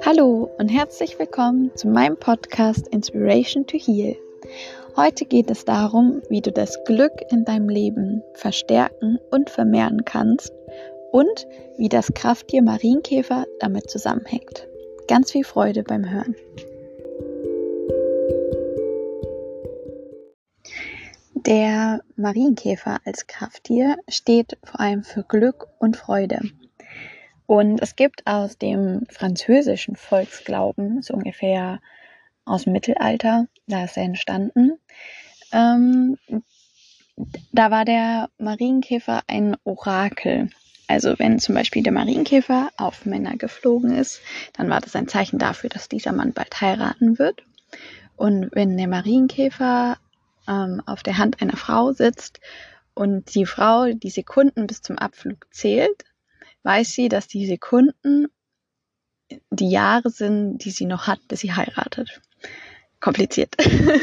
Hallo und herzlich willkommen zu meinem Podcast Inspiration to Heal. Heute geht es darum, wie du das Glück in deinem Leben verstärken und vermehren kannst und wie das Krafttier Marienkäfer damit zusammenhängt. Ganz viel Freude beim Hören. Der Marienkäfer als Krafttier steht vor allem für Glück und Freude. Und es gibt aus dem französischen Volksglauben, so ungefähr aus dem Mittelalter, da ist er entstanden, da war der Marienkäfer ein Orakel. Also wenn zum Beispiel der Marienkäfer auf Männer geflogen ist, dann war das ein Zeichen dafür, dass dieser Mann bald heiraten wird. Und wenn der Marienkäfer auf der Hand einer Frau sitzt und die Frau die Sekunden bis zum Abflug zählt, weiß sie, dass die Sekunden die Jahre sind, die sie noch hat, bis sie heiratet. Kompliziert.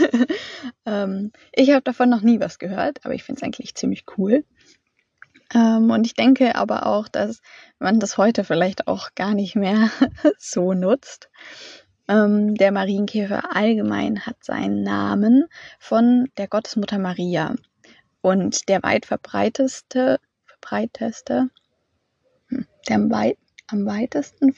Ich habe davon noch nie was gehört, aber ich finde es eigentlich ziemlich cool. Und ich denke aber auch, dass man das heute vielleicht auch gar nicht mehr so nutzt. Der Marienkäfer allgemein hat seinen Namen von der Gottesmutter Maria. Und der am weitesten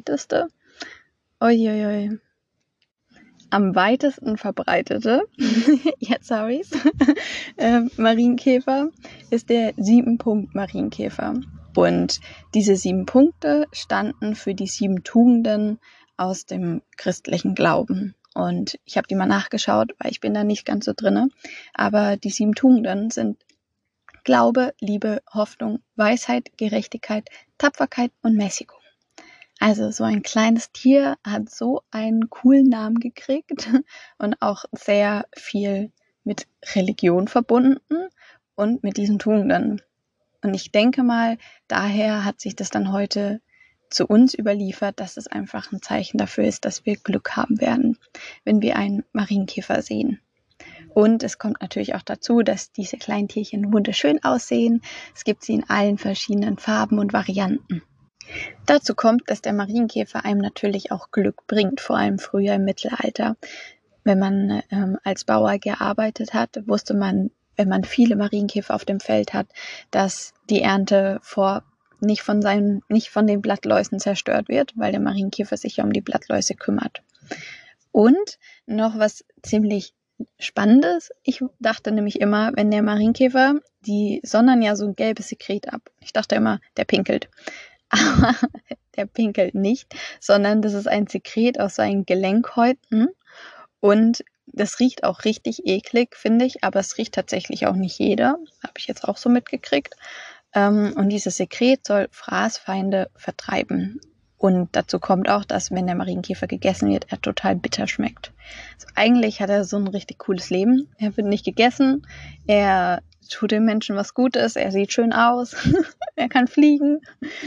Marienkäfer ist der 7-Punkt-Marienkäfer. Und diese 7 Punkte standen für die 7 Tugenden aus dem christlichen Glauben. Und ich habe die mal nachgeschaut, weil ich bin da nicht ganz so drinne. Aber die 7 Tugenden sind Glaube, Liebe, Hoffnung, Weisheit, Gerechtigkeit, Tapferkeit und Mäßigung. Also so ein kleines Tier hat so einen coolen Namen gekriegt und auch sehr viel mit Religion verbunden und mit diesen Tugenden. Und ich denke mal, daher hat sich das dann heute zu uns überliefert, dass es einfach ein Zeichen dafür ist, dass wir Glück haben werden, wenn wir einen Marienkäfer sehen. Und es kommt natürlich auch dazu, dass diese kleinen Tierchen wunderschön aussehen. Es gibt sie in allen verschiedenen Farben und Varianten. Dazu kommt, dass der Marienkäfer einem natürlich auch Glück bringt, vor allem früher im Mittelalter. Wenn man als Bauer gearbeitet hat, wusste man, wenn man viele Marienkäfer auf dem Feld hat, dass die Ernte nicht von den Blattläusen zerstört wird, weil der Marienkäfer sich ja um die Blattläuse kümmert. Und noch was ziemlich Spannendes, ich dachte nämlich immer, wenn der Marienkäfer, die sondern ja so ein gelbes Sekret ab. Ich dachte immer, der pinkelt. Aber der pinkelt nicht, sondern das ist ein Sekret aus seinen Gelenkhäuten und das riecht auch richtig eklig, finde ich, aber es riecht tatsächlich auch nicht jeder, habe ich jetzt auch so mitgekriegt. Und dieses Sekret soll Fraßfeinde vertreiben. Und dazu kommt auch, dass wenn der Marienkäfer gegessen wird, er total bitter schmeckt. Also eigentlich hat er so ein richtig cooles Leben. Er wird nicht gegessen, er tut den Menschen was Gutes, er sieht schön aus, er kann fliegen.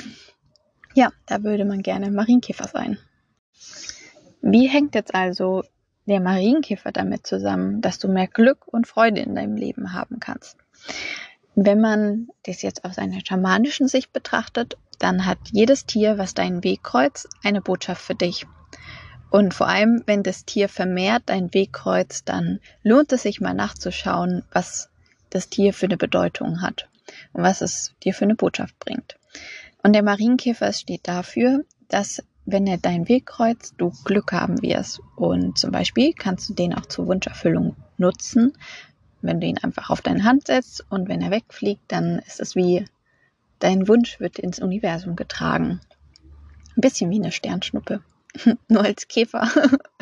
Ja, da würde man gerne Marienkäfer sein. Wie hängt jetzt also der Marienkäfer damit zusammen, dass du mehr Glück und Freude in deinem Leben haben kannst? Wenn man das jetzt aus einer schamanischen Sicht betrachtet, dann hat jedes Tier, was deinen Weg kreuzt, eine Botschaft für dich. Und vor allem, wenn das Tier vermehrt deinen Weg kreuzt, dann lohnt es sich mal nachzuschauen, was das Tier für eine Bedeutung hat und was es dir für eine Botschaft bringt. Und der Marienkäfer steht dafür, dass, wenn er deinen Weg kreuzt, du Glück haben wirst. Und zum Beispiel kannst du den auch zur Wunscherfüllung nutzen, wenn du ihn einfach auf deine Hand setzt und wenn er wegfliegt, dann ist es wie, dein Wunsch wird ins Universum getragen. Ein bisschen wie eine Sternschnuppe, nur als Käfer.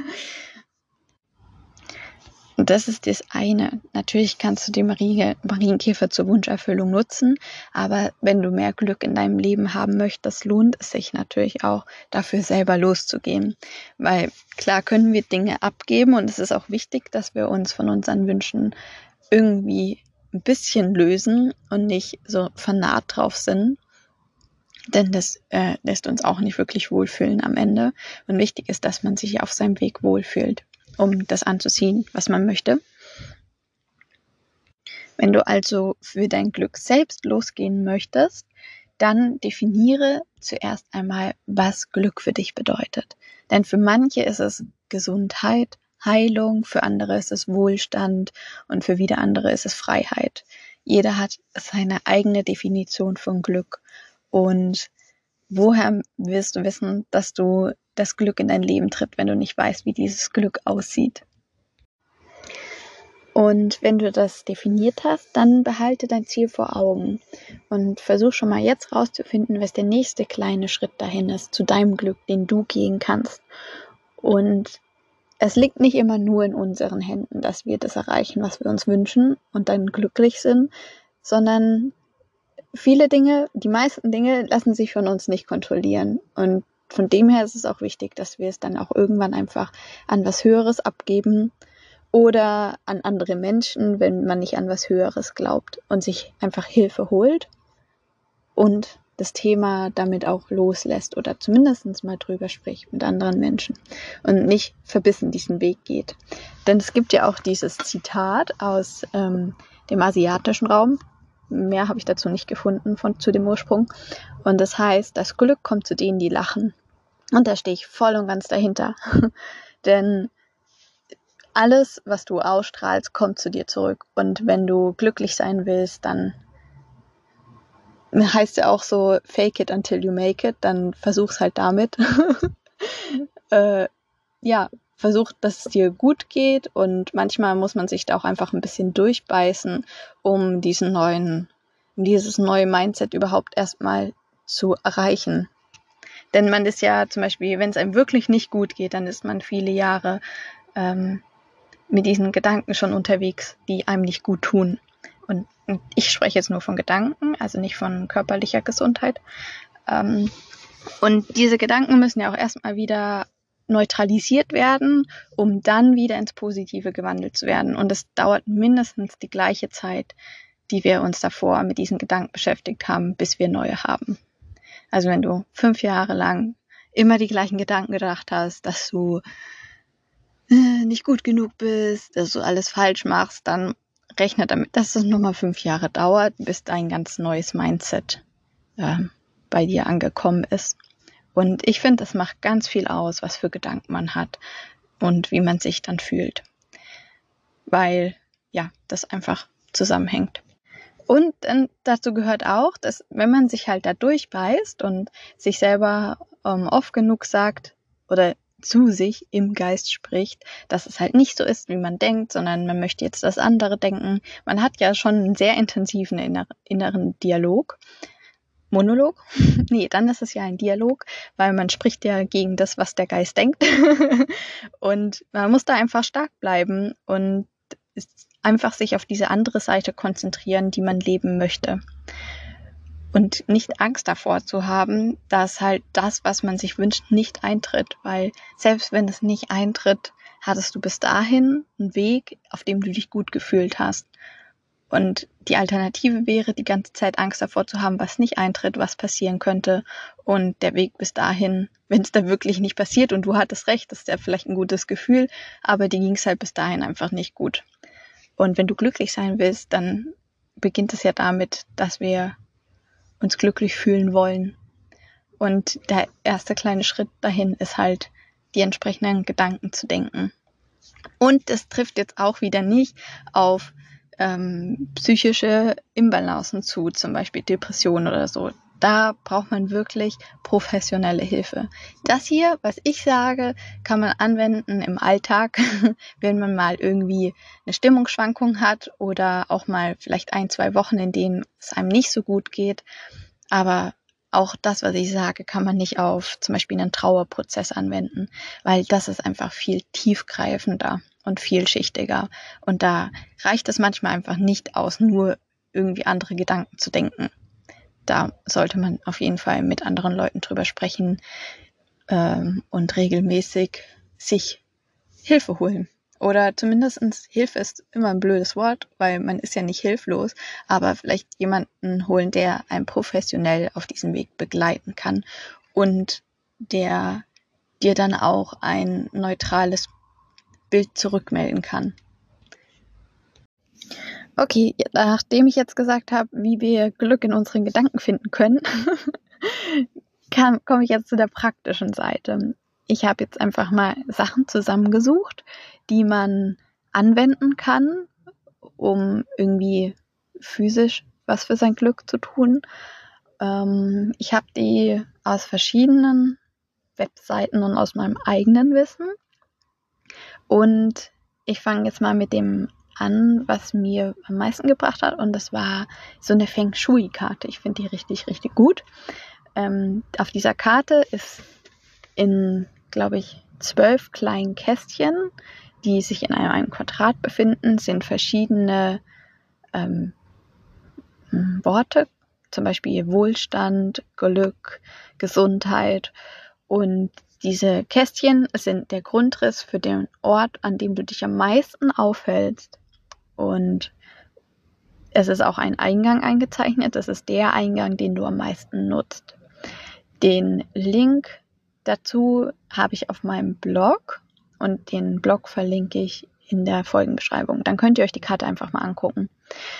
Und das ist das eine. Natürlich kannst du den Marienkäfer zur Wunscherfüllung nutzen, aber wenn du mehr Glück in deinem Leben haben möchtest, lohnt es sich natürlich auch, dafür selber loszugehen. Weil klar können wir Dinge abgeben und es ist auch wichtig, dass wir uns von unseren Wünschen irgendwie ein bisschen lösen und nicht so vernarrt drauf sind. Denn das lässt uns auch nicht wirklich wohlfühlen am Ende. Und wichtig ist, dass man sich auf seinem Weg wohlfühlt, um das anzuziehen, was man möchte. Wenn du also für dein Glück selbst losgehen möchtest, dann definiere zuerst einmal, was Glück für dich bedeutet. Denn für manche ist es Gesundheit, Heilung, für andere ist es Wohlstand und für wieder andere ist es Freiheit. Jeder hat seine eigene Definition von Glück. Und woher wirst du wissen, dass du das Glück in dein Leben tritt, wenn du nicht weißt, wie dieses Glück aussieht? Und wenn du das definiert hast, dann behalte dein Ziel vor Augen und versuch schon mal jetzt rauszufinden, was der nächste kleine Schritt dahin ist, zu deinem Glück, den du gehen kannst. Und es liegt nicht immer nur in unseren Händen, dass wir das erreichen, was wir uns wünschen und dann glücklich sind, sondern viele Dinge, die meisten Dinge lassen sich von uns nicht kontrollieren. Und von dem her ist es auch wichtig, dass wir es dann auch irgendwann einfach an was Höheres abgeben oder an andere Menschen, wenn man nicht an was Höheres glaubt und sich einfach Hilfe holt und das Thema damit auch loslässt oder zumindest mal drüber spricht mit anderen Menschen und nicht verbissen diesen Weg geht. Denn es gibt ja auch dieses Zitat aus dem asiatischen Raum. Mehr habe ich dazu nicht gefunden zu dem Ursprung. Und das heißt, das Glück kommt zu denen, die lachen. Und da stehe ich voll und ganz dahinter. Denn alles, was du ausstrahlst, kommt zu dir zurück. Und wenn du glücklich sein willst, dann heißt ja auch so, fake it until you make it, dann versuch's halt damit. Versuch, dass es dir gut geht und manchmal muss man sich da auch einfach ein bisschen durchbeißen, um dieses neue Mindset überhaupt erstmal zu erreichen. Denn man ist ja zum Beispiel, wenn es einem wirklich nicht gut geht, dann ist man viele Jahre mit diesen Gedanken schon unterwegs, die einem nicht gut tun. Und ich spreche jetzt nur von Gedanken, also nicht von körperlicher Gesundheit. Und diese Gedanken müssen ja auch erstmal wieder neutralisiert werden, um dann wieder ins Positive gewandelt zu werden. Und es dauert mindestens die gleiche Zeit, die wir uns davor mit diesen Gedanken beschäftigt haben, bis wir neue haben. Also wenn du 5 Jahre lang immer die gleichen Gedanken gedacht hast, dass du nicht gut genug bist, dass du alles falsch machst, dann rechne damit, dass es nochmal 5 Jahre dauert, bis dein ganz neues Mindset bei dir angekommen ist. Und ich finde, das macht ganz viel aus, was für Gedanken man hat und wie man sich dann fühlt. Weil, ja, das einfach zusammenhängt. Und dann dazu gehört auch, dass wenn man sich halt da durchbeißt und sich selber oft genug sagt oder zu sich im Geist spricht, dass es halt nicht so ist, wie man denkt, sondern man möchte jetzt das andere denken. Man hat ja schon einen sehr intensiven inneren Dialog. Monolog? Nee, dann ist es ja ein Dialog, weil man spricht ja gegen das, was der Geist denkt. Und man muss da einfach stark bleiben und einfach sich auf diese andere Seite konzentrieren, die man leben möchte. Und nicht Angst davor zu haben, dass halt das, was man sich wünscht, nicht eintritt. Weil selbst wenn es nicht eintritt, hattest du bis dahin einen Weg, auf dem du dich gut gefühlt hast. Und die Alternative wäre, die ganze Zeit Angst davor zu haben, was nicht eintritt, was passieren könnte. Und der Weg bis dahin, wenn es da wirklich nicht passiert und du hattest recht, das ist ja vielleicht ein gutes Gefühl, aber dir ging es halt bis dahin einfach nicht gut. Und wenn du glücklich sein willst, dann beginnt es ja damit, dass wir uns glücklich fühlen wollen. Und der erste kleine Schritt dahin ist halt, die entsprechenden Gedanken zu denken. Und das trifft jetzt auch wieder nicht auf psychische Imbalancen zu, zum Beispiel Depressionen oder so. Da braucht man wirklich professionelle Hilfe. Das hier, was ich sage, kann man anwenden im Alltag, wenn man mal irgendwie eine Stimmungsschwankung hat oder auch mal vielleicht 1-2 Wochen, in denen es einem nicht so gut geht. Aber auch das, was ich sage, kann man nicht auf zum Beispiel einen Trauerprozess anwenden, weil das ist einfach viel tiefgreifender und vielschichtiger. Und da reicht es manchmal einfach nicht aus, nur irgendwie andere Gedanken zu denken. Da sollte man auf jeden Fall mit anderen Leuten drüber sprechen und regelmäßig sich Hilfe holen. Oder zumindestens Hilfe ist immer ein blödes Wort, weil man ist ja nicht hilflos, aber vielleicht jemanden holen, der einen professionell auf diesem Weg begleiten kann und der dir dann auch ein neutrales Bild zurückmelden kann. Okay, nachdem ich jetzt gesagt habe, wie wir Glück in unseren Gedanken finden können, komme ich jetzt zu der praktischen Seite. Ich habe jetzt einfach mal Sachen zusammengesucht, die man anwenden kann, um irgendwie physisch was für sein Glück zu tun. Ich habe die aus verschiedenen Webseiten und aus meinem eigenen Wissen. Und ich fange jetzt mal mit dem an, was mir am meisten gebracht hat. Und das war so eine Feng Shui-Karte. Ich finde die richtig, richtig gut. Auf dieser Karte ist in, glaube ich, 12 kleinen Kästchen, die sich in einem Quadrat befinden, sind verschiedene Worte, zum Beispiel Wohlstand, Glück, Gesundheit. Und diese Kästchen sind der Grundriss für den Ort, an dem du dich am meisten aufhältst. Und es ist auch ein Eingang eingezeichnet. Das ist der Eingang, den du am meisten nutzt. Den Link dazu habe ich auf meinem Blog und den Blog verlinke ich in der Folgenbeschreibung. Dann könnt ihr euch die Karte einfach mal angucken.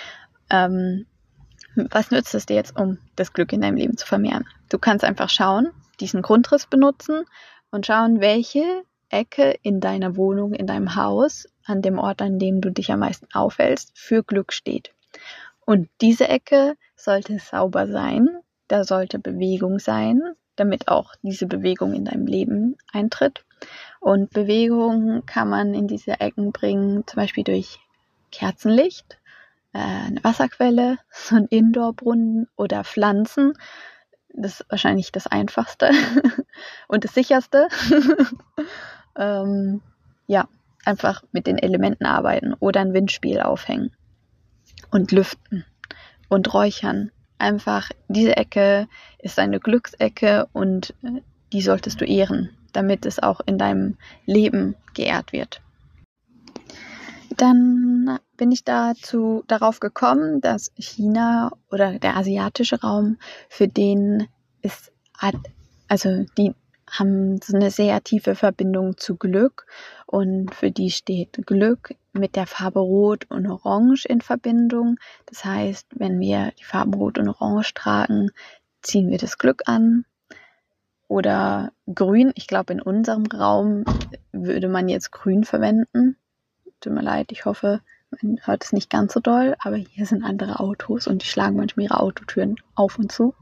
Was nützt es dir jetzt, um das Glück in deinem Leben zu vermehren? Du kannst einfach schauen, diesen Grundriss benutzen und schauen, welche Ecke in deiner Wohnung, in deinem Haus, an dem Ort, an dem du dich am meisten aufhältst, für Glück steht. Und diese Ecke sollte sauber sein, da sollte Bewegung sein, damit auch diese Bewegung in deinem Leben eintritt. Und Bewegung kann man in diese Ecken bringen, zum Beispiel durch Kerzenlicht, eine Wasserquelle, so ein Indoor-Brunnen oder Pflanzen. Das ist wahrscheinlich das Einfachste und das Sicherste. Einfach mit den Elementen arbeiten oder ein Windspiel aufhängen und lüften und räuchern. Einfach, diese Ecke ist eine Glücksecke und die solltest du ehren, damit es auch in deinem Leben geehrt wird. Dann bin ich darauf gekommen, dass China oder der asiatische Raum, für den die haben so eine sehr tiefe Verbindung zu Glück und für die steht Glück mit der Farbe Rot und Orange in Verbindung. Das heißt, wenn wir die Farben Rot und Orange tragen, ziehen wir das Glück an. Oder Grün, ich glaube in unserem Raum würde man jetzt Grün verwenden. Tut mir leid, ich hoffe, man hört es nicht ganz so doll, aber hier sind andere Autos und die schlagen manchmal ihre Autotüren auf und zu.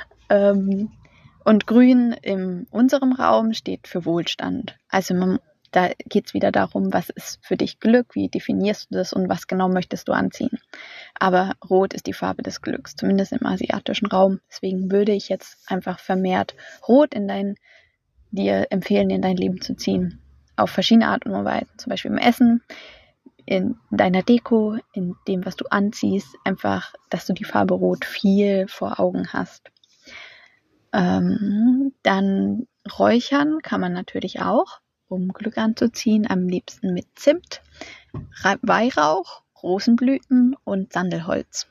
Und Grün in unserem Raum steht für Wohlstand. Also da geht es wieder darum, was ist für dich Glück, wie definierst du das und was genau möchtest du anziehen. Aber Rot ist die Farbe des Glücks, zumindest im asiatischen Raum. Deswegen würde ich jetzt einfach vermehrt Rot dir empfehlen, in dein Leben zu ziehen. Auf verschiedene Art und Weise, zum Beispiel im Essen, in deiner Deko, in dem, was du anziehst, einfach, dass du die Farbe Rot viel vor Augen hast. Dann räuchern kann man natürlich auch, um Glück anzuziehen, am liebsten mit Zimt, Weihrauch, Rosenblüten und Sandelholz.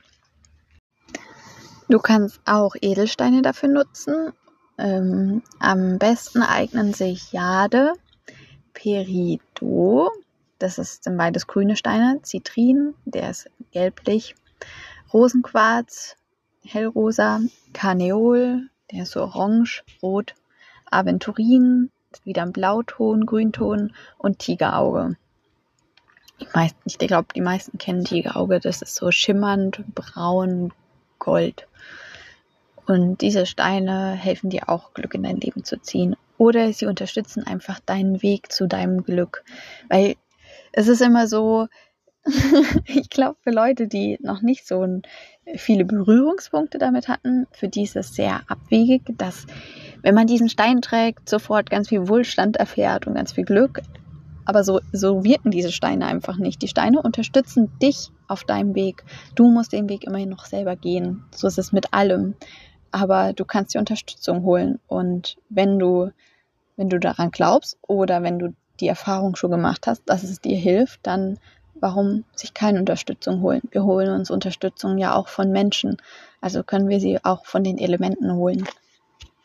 Du kannst auch Edelsteine dafür nutzen. Am besten eignen sich Jade, Peridot, sind beides grüne Steine, Zitrin, der ist gelblich, Rosenquarz, hellrosa, Karneol, der ist so orange, rot, Aventurin, wieder ein Blauton, Grünton und Tigerauge. Ich glaube, die meisten kennen Tigerauge, das ist so schimmernd, braun, gold. Und diese Steine helfen dir auch, Glück in dein Leben zu ziehen. Oder sie unterstützen einfach deinen Weg zu deinem Glück. Weil es ist immer so, ich glaube, für Leute, die noch nicht so viele Berührungspunkte damit hatten, für die ist es sehr abwegig, dass, wenn man diesen Stein trägt, sofort ganz viel Wohlstand erfährt und ganz viel Glück. Aber so wirken diese Steine einfach nicht. Die Steine unterstützen dich auf deinem Weg. Du musst den Weg immerhin noch selber gehen. So ist es mit allem. Aber du kannst die Unterstützung holen. Und wenn du daran glaubst oder wenn du die Erfahrung schon gemacht hast, dass es dir hilft, dann warum sich keine Unterstützung holen? Wir holen uns Unterstützung ja auch von Menschen. Also können wir sie auch von den Elementen holen.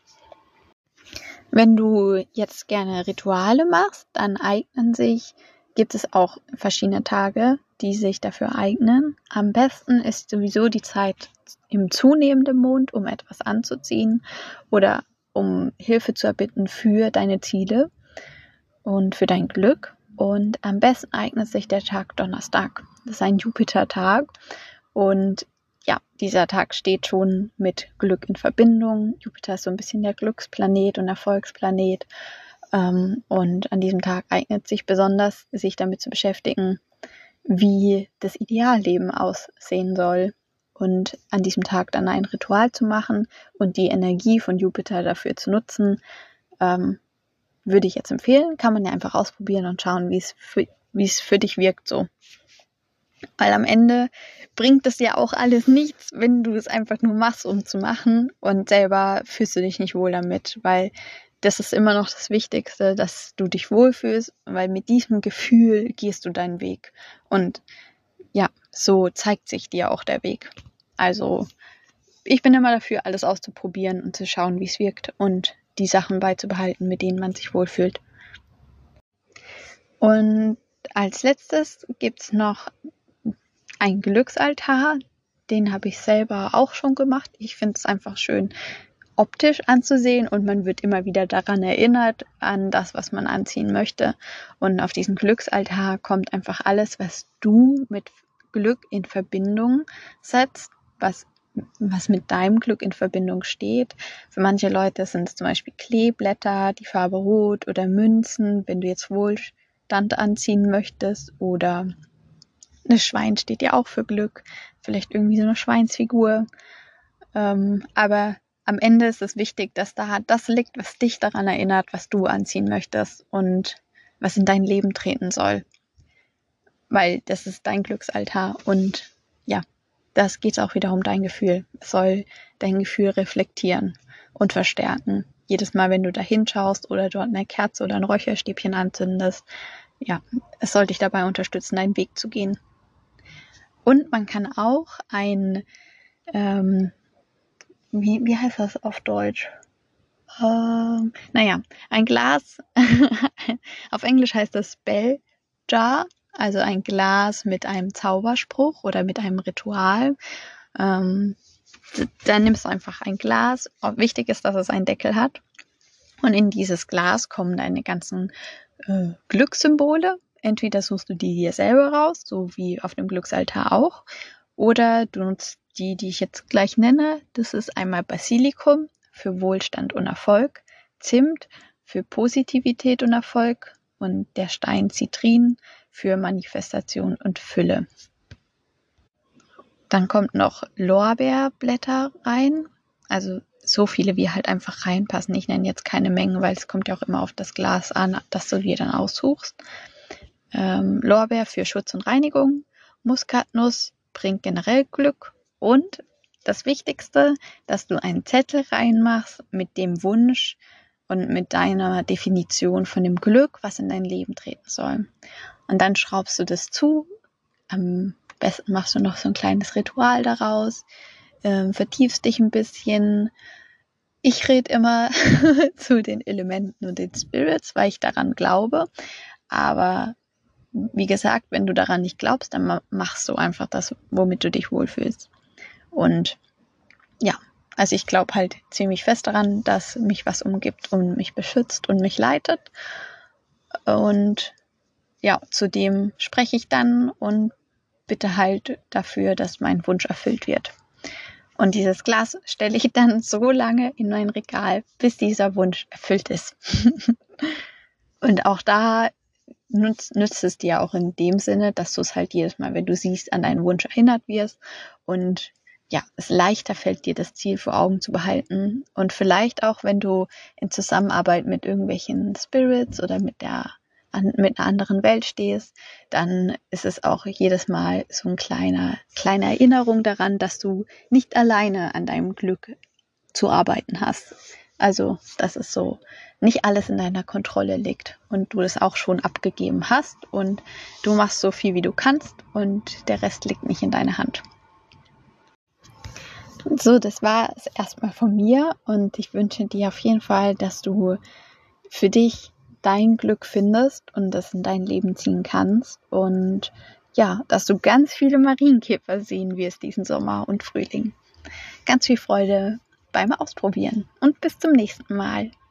Wenn du jetzt gerne Rituale machst, dann eignen sich gibt es auch verschiedene Tage, die sich dafür eignen. Am besten ist sowieso die Zeit im zunehmenden Mond, um etwas anzuziehen oder um Hilfe zu erbitten für deine Ziele und für dein Glück. Und am besten eignet sich der Tag Donnerstag. Das ist ein Jupiter-Tag. Und ja, dieser Tag steht schon mit Glück in Verbindung. Jupiter ist so ein bisschen der Glücksplanet und Erfolgsplanet. Und an diesem Tag eignet sich besonders, sich damit zu beschäftigen, wie das Idealleben aussehen soll. Und an diesem Tag dann ein Ritual zu machen und die Energie von Jupiter dafür zu nutzen, würde ich jetzt empfehlen. Kann man ja einfach ausprobieren und schauen, wie es für dich wirkt so. Weil am Ende bringt es ja auch alles nichts, wenn du es einfach nur machst, um zu machen, und selber fühlst du dich nicht wohl damit, weil das ist immer noch das Wichtigste, dass du dich wohlfühlst, weil mit diesem Gefühl gehst du deinen Weg. Und ja, so zeigt sich dir auch der Weg. Also ich bin immer dafür, alles auszuprobieren und zu schauen, wie es wirkt und die Sachen beizubehalten, mit denen man sich wohlfühlt. Und als letztes gibt es noch einen Glücksaltar. Den habe ich selber auch schon gemacht. Ich finde es einfach schön optisch anzusehen und man wird immer wieder daran erinnert, an das, was man anziehen möchte. Und auf diesen Glücksaltar kommt einfach alles, was du mit Glück in Verbindung setzt, was mit deinem Glück in Verbindung steht. Für manche Leute sind es zum Beispiel Kleeblätter, die Farbe Rot, oder Münzen, wenn du jetzt Wohlstand anziehen möchtest, oder das Schwein steht ja auch für Glück, vielleicht irgendwie so eine Schweinsfigur. Aber am Ende ist es wichtig, dass da das liegt, was dich daran erinnert, was du anziehen möchtest und was in dein Leben treten soll. Weil das ist dein Glücksaltar und ja, das geht auch wieder um dein Gefühl. Es soll dein Gefühl reflektieren und verstärken. Jedes Mal, wenn du da hinschaust oder dort eine Kerze oder ein Räucherstäbchen anzündest, ja, es soll dich dabei unterstützen, deinen Weg zu gehen. Und man kann auch ein, wie heißt das auf Deutsch? Ein Glas, auf Englisch heißt das Spell Jar, also ein Glas mit einem Zauberspruch oder mit einem Ritual. Dann nimmst du einfach ein Glas. Wichtig ist, dass es einen Deckel hat. Und in dieses Glas kommen deine ganzen Glückssymbole. Entweder suchst du die dir selber raus, so wie auf dem Glücksaltar auch, oder du nutzt die ich jetzt gleich nenne. Das ist einmal Basilikum für Wohlstand und Erfolg, Zimt für Positivität und Erfolg und der Stein Zitrin für Manifestation und Fülle. Dann kommt noch Lorbeerblätter rein, also so viele, wie halt einfach reinpassen. Ich nenne jetzt keine Mengen, weil es kommt ja auch immer auf das Glas an, das du dir dann aussuchst. Lorbeer für Schutz und Reinigung, Muskatnuss bringt generell Glück und das Wichtigste, dass du einen Zettel reinmachst mit dem Wunsch und mit deiner Definition von dem Glück, was in dein Leben treten soll. Und dann schraubst du das zu. Am besten machst du noch so ein kleines Ritual daraus, vertiefst dich ein bisschen. Ich rede immer zu den Elementen und den Spirits, weil ich daran glaube. Aber wie gesagt, wenn du daran nicht glaubst, dann machst du einfach das, womit du dich wohlfühlst. Und ja, also ich glaube halt ziemlich fest daran, dass mich was umgibt und mich beschützt und mich leitet. Und ja, zudem spreche ich dann und bitte halt dafür, dass mein Wunsch erfüllt wird. Und dieses Glas stelle ich dann so lange in mein Regal, bis dieser Wunsch erfüllt ist. Und auch da nützt es dir auch in dem Sinne, dass du es halt jedes Mal, wenn du siehst, an deinen Wunsch erinnert wirst und ja, es leichter fällt dir, das Ziel vor Augen zu behalten. Und vielleicht auch, wenn du in Zusammenarbeit mit irgendwelchen Spirits oder mit einer anderen Welt stehst, dann ist es auch jedes Mal so eine kleine Erinnerung daran, dass du nicht alleine an deinem Glück zu arbeiten hast. Also, dass es so nicht alles in deiner Kontrolle liegt und du das auch schon abgegeben hast und du machst so viel, wie du kannst und der Rest liegt nicht in deiner Hand. So, das war es erstmal von mir und ich wünsche dir auf jeden Fall, dass du für dich dein Glück findest und das in dein Leben ziehen kannst und ja, dass du ganz viele Marienkäfer sehen wirst diesen Sommer und Frühling. Ganz viel Freude beim Ausprobieren und bis zum nächsten Mal.